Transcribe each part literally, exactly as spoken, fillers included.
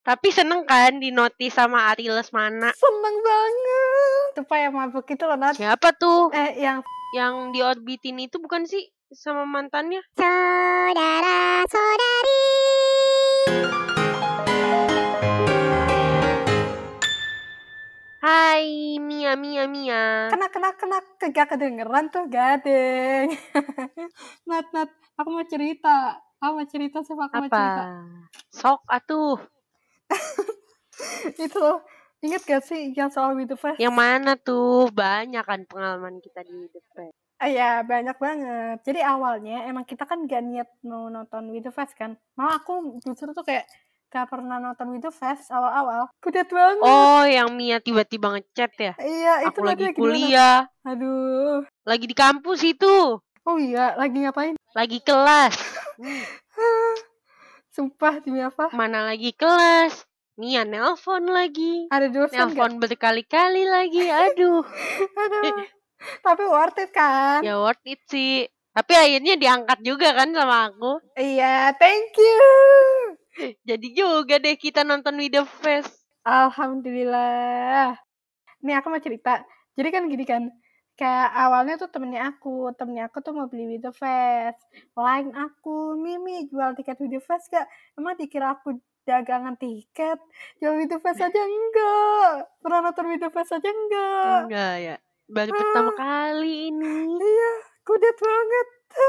Tapi seneng kan di notice sama Ari Lesmana? Seneng banget. Tuh yang mabuk itu loh, Nat. Siapa tuh? Eh, yang yang diorbitin itu bukan sih sama mantannya? Saudara-saudari. Hai, Mia, Mia, Mia. Kena, kena, kena. Kagak kedengeran tuh, gadeng. Nat, Nat. Aku mau cerita. Aku mau cerita sama aku Apa? mau cerita. Sok atuh. Itu loh. Ingat gak sih yang soal With The Fest? Yang mana tuh? Banyak kan pengalaman kita di With The Fest. Ah, ya, banyak banget. Jadi awalnya emang kita kan gak niat mau nonton With The Fest kan. Malah aku justru tuh kayak gak pernah nonton With The Fest awal-awal. Kudet banget. Oh, yang Mia tiba-tiba ngechat ya? Iya, itu aku lagi lagi kuliah. Aduh. Lagi di kampus itu. Oh iya, lagi ngapain? Lagi kelas. Hmm. Sumpah, demi apa? Mana lagi kelas? Mia nelpon lagi. Ada dosen nelpon gak? berkali-kali lagi. Aduh. Aduh. Tapi worth it kan? Ya worth it sih. Tapi akhirnya diangkat juga kan sama aku. Iya, thank you. Jadi juga deh kita nonton With The Fest. Alhamdulillah. Nih aku mau cerita. Jadi kan gini kan. Kayak awalnya tuh temennya aku. Temennya aku tuh mau beli With The Fest. Lain aku. Mimi jual tiket With The Fest gak? Emang dikira aku dagangan tiket? Jual With The Fest aja enggak. Pernah nonton With The Fest aja enggak. Enggak ya. Baru pertama kali ini. Iya, kudet banget.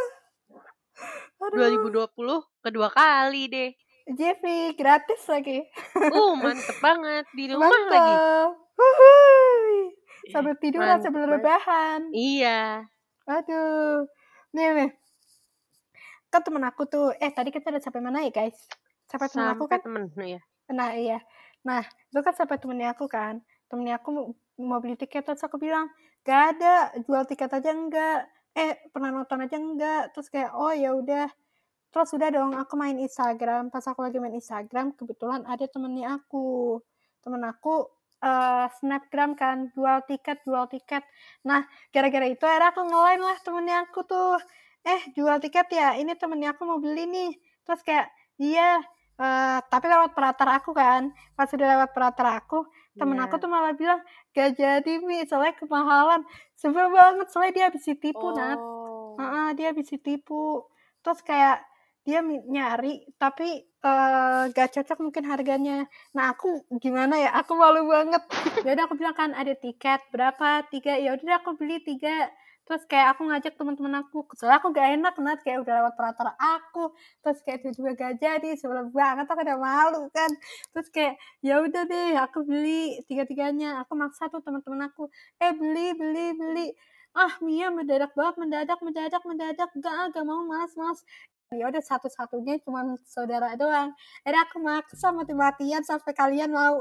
Aduh. dua ribu dua puluh kedua kali deh. Jeffy, gratis lagi. Uh, mantep banget. Di rumah mantep. lagi. Uhuy. Sambil tiduran, sambil Mantep. rebahan. Iya. Aduh. Nih, nih. Kan temen aku tuh, eh tadi kita udah sampai mana ya guys? Sampai temen aku kan? temen, ya. Nah iya. Nah, itu kan sampai temennya aku kan. Temennya aku mau, mau beli tiket, terus aku bilang, gak ada, jual tiket aja enggak. Eh, pernah nonton aja enggak. Terus kayak, oh ya udah. Terus udah dong, aku main Instagram. Pas aku lagi main Instagram, kebetulan ada temennya aku. Temen aku uh, snapgram kan, jual tiket, jual tiket. Nah, gara-gara itu akhirnya aku nge-line lah temennya aku tuh. Eh, jual tiket ya? Ini temennya aku mau beli nih. Terus kayak, iya, uh, tapi lewat peratar aku kan. Pas udah lewat peratar aku, temen yeah. aku tuh malah bilang, gak jadi Mi, soalnya kemahalan. Sebel banget, soalnya dia habis ditipu, oh. Nat. Uh-uh, dia habis ditipu. Terus kayak, dia nyari tapi uh, gak cocok mungkin harganya. Nah aku gimana ya, aku malu banget. Yaudah aku bilang kan ada tiket berapa, tiga, ya udah aku beli tiga. Terus kayak aku ngajak teman-teman aku, soalnya aku gak enak Nat, kayak udah lewat perantara aku. Terus kayak itu juga gak jadi, sebelum banget aku udah malu kan. Terus kayak ya udah deh aku beli tiga-tiganya. Aku maksa tuh teman-teman aku, eh beli beli beli. Ah Mia mendadak banget, mendadak mendadak mendadak, gak gak mau, malas malas. Ya udah satu-satunya cuma saudara doang. Akhirnya aku maksa mati-matian sampai kalian mau.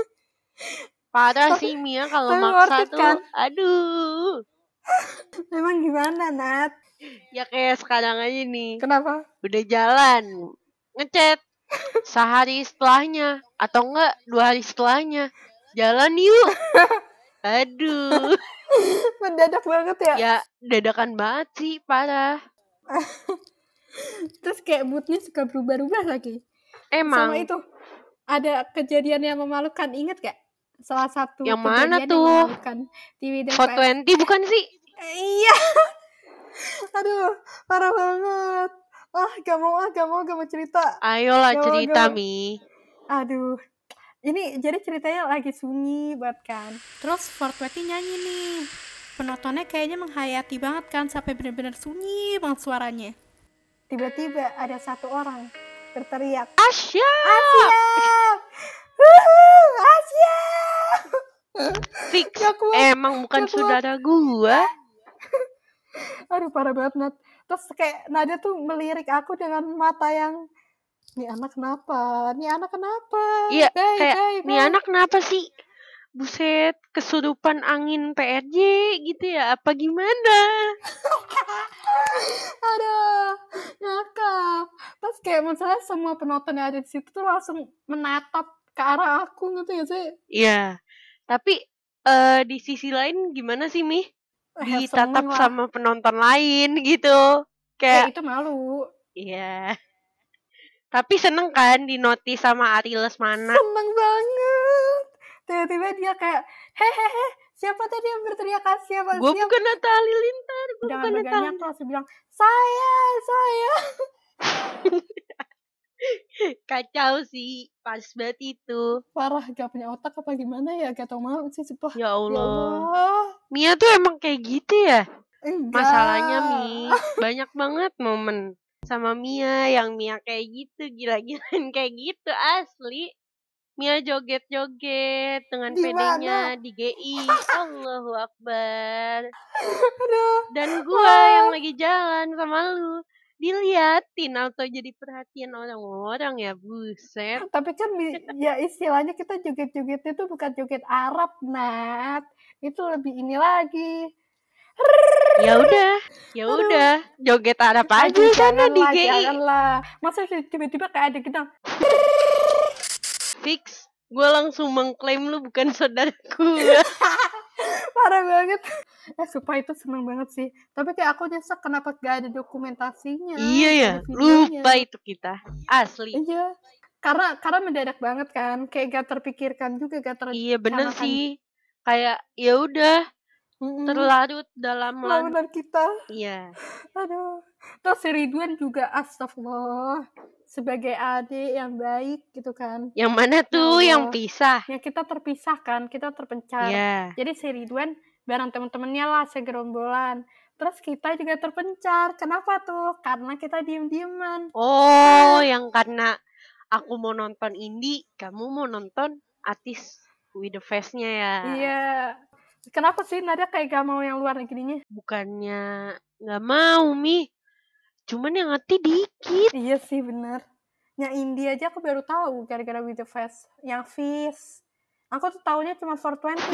Parah sih Mia kalau maksa tuh. Kan? Aduh. Memang gimana Nat? Ya kayak sekarang aja nih. Kenapa? Udah jalan, ngechat sehari setelahnya atau enggak dua hari setelahnya. Jalan yuk. Aduh. Mendadak banget ya? Ya dadakan banget sih, parah. Terus kayak moodnya suka berubah-ubah lagi. Emang. Sama itu ada kejadian yang memalukan, inget gak? Salah satu yang kejadian mana tuh? yang memalukan di With The Fest. empat dua puluh bukan sih? Iya. Aduh, parah banget. Ah, gak mau, ah, gak mau, gak mau cerita. Ayolah gak cerita, mau, Mi. Aduh. Ini jadi ceritanya lagi sunyi banget kan. Terus empat dua puluh nyanyi nih. Penontonnya kayaknya menghayati banget kan, sampai benar-benar sunyi banget suaranya. Tiba-tiba ada satu orang berteriak, Asya! Asya! Wuhu, Asya! Fix, emang bukan saudara gua. Aduh, parah banget, Nat. Terus kayak Nadia tuh melirik aku dengan mata yang, nih anak kenapa? Nih anak kenapa? Iya, kayak, bye, nih bye. Anak kenapa sih? Buset, kesurupan angin P R J gitu ya? Apa gimana? Aduh, ngakak. Terus kayak misalnya semua penonton yang ada di situ tuh langsung menatap ke arah aku, gitu ya sih? Iya, tapi uh, di sisi lain gimana sih, Mi? Ditatap eh, sama penonton lain gitu. Kayak eh, itu malu. Iya. Tapi seneng kan di notice sama Ari Lesmana? Seneng banget. Tiba-tiba dia kayak, hehehe, siapa tadi yang berteriak siapa? Gue siapa? bukan Atta Halilintar, gue Jangan bukan Atta bagainya Halilintar. aku langsung bilang, saya, saya. Kacau sih, pas banget itu. Parah, gak punya otak apa gimana ya, gak tau malu sih, sumpah. Ya Allah. Ya Allah. Mia tuh emang kayak gitu ya? Enggak. Masalahnya Mi, banyak banget momen sama Mia yang Mia kayak gitu, gila-gilaan kayak gitu, asli. Mia joget-joget dengan Di pedenya mana? di G I. Allahu Akbar. Aduh. Dan gua yang lagi jalan sama lu diliatin atau jadi perhatian orang-orang ya, buset. Tapi kan ya istilahnya kita joget-jogetnya tuh bukan joget Arab, Nat. Itu lebih ini lagi. Ya udah, ya udah, joget Arab aja Aduh, sana di janganlah, G I. janganlah. Masa tiba-tiba kayak ada kita. Fix, gue langsung mengklaim lu bukan saudaraku. Parah banget. Eh, sumpah itu seneng banget sih. Tapi kayak aku nyesek kenapa gak ada dokumentasinya. Iya ya, lupa itu kita. Asli. Iya. Karena karena mendadak banget kan. Kayak gak terpikirkan juga, gak ter. Iya bener sih. Kayak ya udah mm-hmm. terlarut dalam lautan kita. Iya. Aduh. Terus si Ridwan juga astagfirullah. Sebagai adik yang baik gitu kan. Yang mana tuh ya yang pisah? Yang kita terpisah kan, kita terpencar. Yeah. Jadi si Ridwan bareng temen-temennya lah segerombolan. Terus kita juga terpencar. Kenapa tuh? Karena kita diem-dieman. Oh, ah. yang karena aku mau nonton indie, kamu mau nonton artis with the face-nya ya? Iya. Kenapa sih Nadia kayak gak mau yang luar negerinya? Bukannya gak mau, Mi. Cuman yang ngerti dikit. Iya sih bener. Yang indie aja aku baru tahu gara-gara with the face. Yang Fish. Aku tuh taunya cuma four twenty.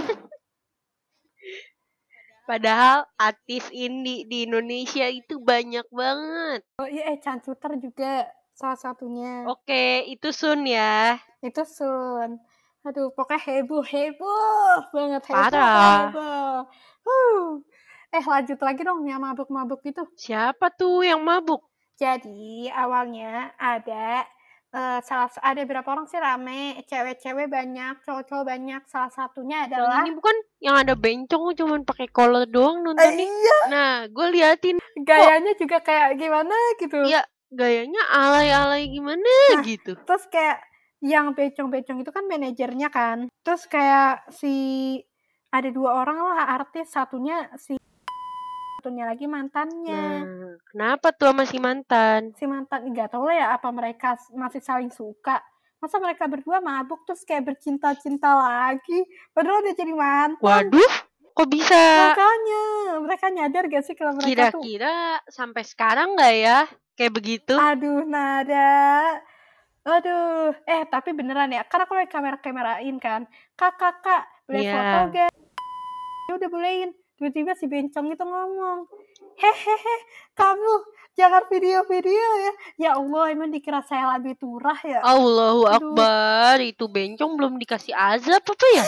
Padahal artis indie di Indonesia itu banyak banget. Oh iya, eh Cancuter juga salah satunya. Oke, itu Sun ya. Itu Sun. Aduh, pokoknya heboh-heboh banget. Heboh, Parah. heboh. Huh. Eh, lanjut lagi dong yang mabuk-mabuk itu. Siapa tuh yang mabuk? Jadi, awalnya ada uh, salah ada berapa orang sih rame, cewek-cewek banyak, cowok-cowok banyak. Salah satunya adalah yang ini bukan yang ada bencong cuman pakai collar doang nonton eh, iya. Nah, gue liatin gayanya kok juga kayak gimana gitu. Iya, gayanya alay-alay gimana nah, gitu. Terus kayak yang bencong-bencong itu kan manajernya kan. Terus kayak si ada dua orang lah artis, satunya si satunya lagi mantannya. Nah, kenapa tuh sama si mantan? Si mantan nggak tahu lah ya apa mereka masih saling suka. Masa mereka berdua mabuk terus kayak bercinta-cinta lagi. Padahal udah jadi mantan. Waduh, kok bisa? Makanya mereka nyadar gak sih kalau mereka Kira-kira tuh. Kira-kira sampai sekarang nggak ya kayak begitu? Aduh Nada. Aduh, eh tapi beneran ya, karena aku lagi kamera-kamerain kan. Kak, kak, kak, boleh yeah. foto gak? Ya udah bolehin. Tiba-tiba si bencong itu ngomong, hehehe, kamu jangan video-video ya. Ya Allah, emang dikira saya lebih turah ya. Allahu Aduh. Akbar, itu bencong belum dikasih azab apa ya?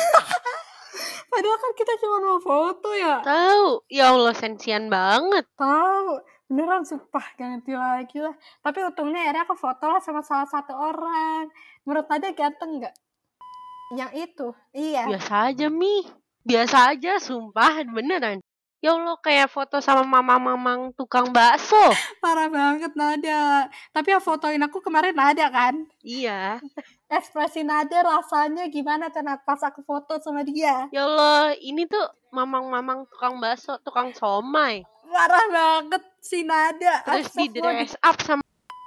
Padahal kan kita cuma mau foto ya. Tahu, ya Allah sensian banget. Tahu. Beneran sumpah ganti lagi lah. Tapi untungnya akhirnya aku foto lah sama salah satu orang. Menurut Nadia ganteng gak? Yang itu? Iya. Biasa aja Mi. Biasa aja sumpah beneran. Ya Allah kayak foto sama mamang-mamang tukang bakso. Parah banget Nadia. Tapi yang fotoin aku kemarin Nadia kan? Iya. Ekspresi Nadia rasanya gimana karena pas aku foto sama dia. Ya Allah ini tuh mamang-mamang tukang bakso, tukang somai. Parah banget si Nada. Terus di dress up sama.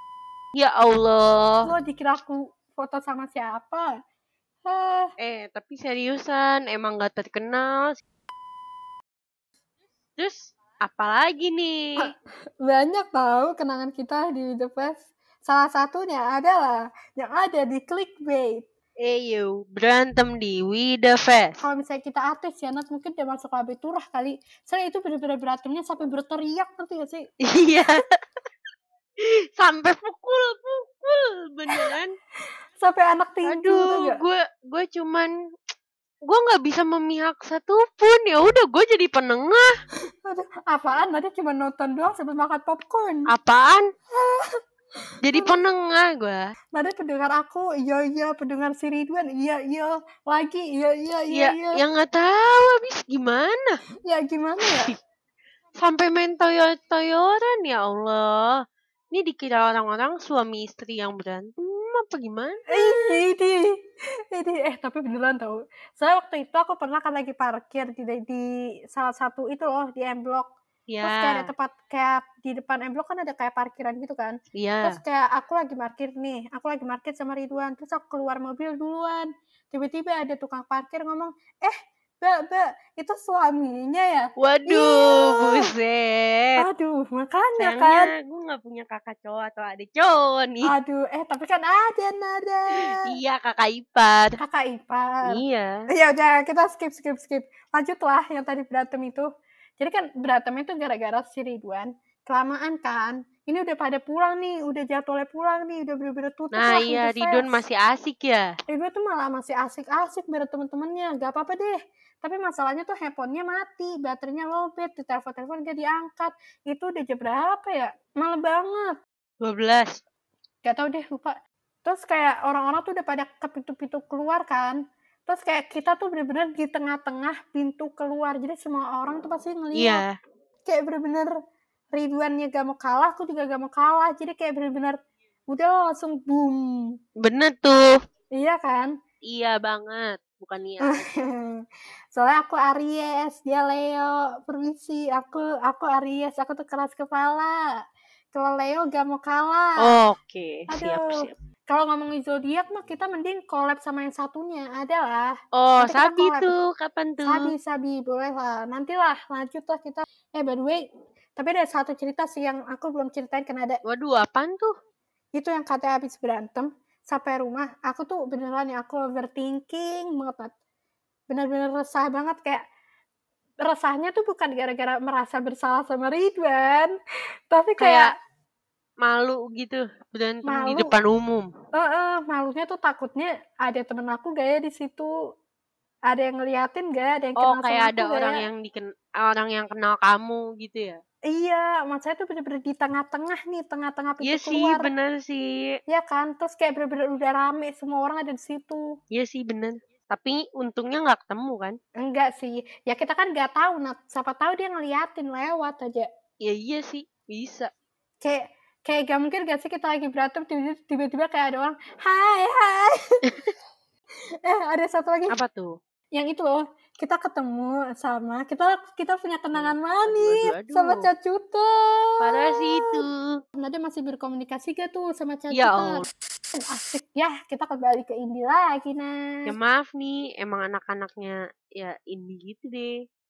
Ya Allah. Lo dikira aku foto sama siapa? Uh. Eh tapi seriusan emang gak terkenal. Terus apalagi nih? Banyak tahu kenangan kita di The Fest. Salah satunya adalah yang ada di Clickbait. Eyo, berantem di We The Fest. Kalau misalnya kita artis ya, Nat, mungkin dia masuk lebih turah kali. Soalnya itu bener-bener berantemnya sampai berteriak, ngerti gak sih? Iya. Sampai pukul-pukul, beneran. Sampai anak tinju. Aduh, gue gue cuman gue nggak bisa memihak satupun. Ya udah, gue jadi penengah. Aduh, apaan? Nada cuma nonton doang sambil makan popcorn. Apaan? Jadi penengah gua. Padahal pendengar aku, iya iya, pendengar si Ridwan, iya iya, lagi, iya iya iya Ya, iya. yang nggak tahu habis gimana. Ya gimana ya? Sampai main toyor-toyoran, ya Allah. Ini dikira orang-orang suami istri yang berantem apa gimana? Ih, ini, ini, eh tapi beneran tau. Soalnya waktu itu aku pernah kan lagi parkir di, di salah satu itu loh, di M Block. Terus kayak ada Ya, tempat, kayak di depan M Block kan ada kayak parkiran gitu kan. Terus iya. kayak aku lagi parkir nih, aku lagi parkir sama Ridwan. Terus aku keluar mobil duluan. Tiba-tiba ada tukang parkir ngomong, eh Mbak, Mbak, itu suaminya ya? Iya. Waduh, buset. Aduh, makanya kan. Sayangnya gue nggak punya kakak cowok atau adik cowok nih. Aduh, eh tapi kan ada nada. Iya, kakak ipar. Kakak ipar. Iya. Ya udah, kita skip skip skip. Lanjutlah yang tadi berantem itu. Jadi kan berantemnya itu gara-gara si Ridwan kelamaan kan. Ini udah pada pulang nih, udah jadwalnya pulang nih, udah bener-bener tutup Nah lah, iya, udah Ridwan fest. masih asik ya. Ridwan tuh malah masih asik-asik bareng temen-temennya, gak apa-apa deh. Tapi masalahnya tuh handphonenya mati, baterainya lowbat, ditelepon-telepon gak diangkat. Itu udah jam berapa ya? Malam banget. dua belas. Gak tau deh, lupa. Terus kayak orang-orang tuh udah pada ke pintu-pintu keluar kan. Terus kayak kita tuh bener-bener di tengah-tengah pintu keluar. Jadi semua orang tuh pasti ngeliat. Iya. Kayak bener-bener Ridwannya gak mau kalah, aku juga gak mau kalah. Jadi kayak bener-bener udah langsung boom. Bener tuh. Iya kan? Iya banget. Bukan iya. Soalnya aku Aries, dia Leo. Permisi, aku aku Aries, aku tuh keras kepala. Kalau Leo gak mau kalah. Oke, siap Aduh. siap. Kalau ngomongin zodiak mah kita mending collab sama yang satunya. Ada lah. Oh, Nanti kita Sabi collab. tuh, kapan tuh? Sabi, Sabi, boleh lah. Nantilah, lanjut lah kita. Eh, by the way, tapi ada satu cerita sih yang aku belum ceritain karena ada. Waduh, apaan tuh? Itu yang katanya habis berantem sampai rumah. Aku tuh beneran ya, aku overthinking banget. Bener-bener resah banget, kayak resahnya tuh bukan gara-gara merasa bersalah sama Ridwan, tapi kayak, Kayak malu gitu berantem di malu. depan umum. Eh, uh, uh, malunya tuh takutnya ada temen aku gak ya di situ, ada yang ngeliatin gak, ada yang Oh, kenal sama kayak aku ada gak orang ya? yang diken orang yang kenal kamu gitu ya? Iya, maksudnya tuh bener-bener di tengah-tengah nih, tengah-tengah pintu Iya sih, keluar. bener sih. Iya kan, terus kayak bener-bener udah rame, semua orang ada di situ. Iya sih, bener. Tapi untungnya nggak ketemu kan? Enggak sih, ya kita kan nggak tahu, Nat. Siapa tahu dia ngeliatin lewat aja. Ya iya sih, bisa. Kayak kayak gak mungkin gak sih kita lagi berantem tiba-tiba, tiba-tiba kayak ada orang, hai hai. Eh ada satu lagi. Apa tuh? Yang itu loh, kita ketemu sama kita kita punya kenangan Aduh, manis aduh, aduh. sama Cacuta. Parah sih itu. Nada masih berkomunikasi gak tuh sama Cacuta? Ya Allah. Asik ya, kita kembali ke Indi lagi, nah. Ya maaf nih, emang anak-anaknya ya indie gitu deh.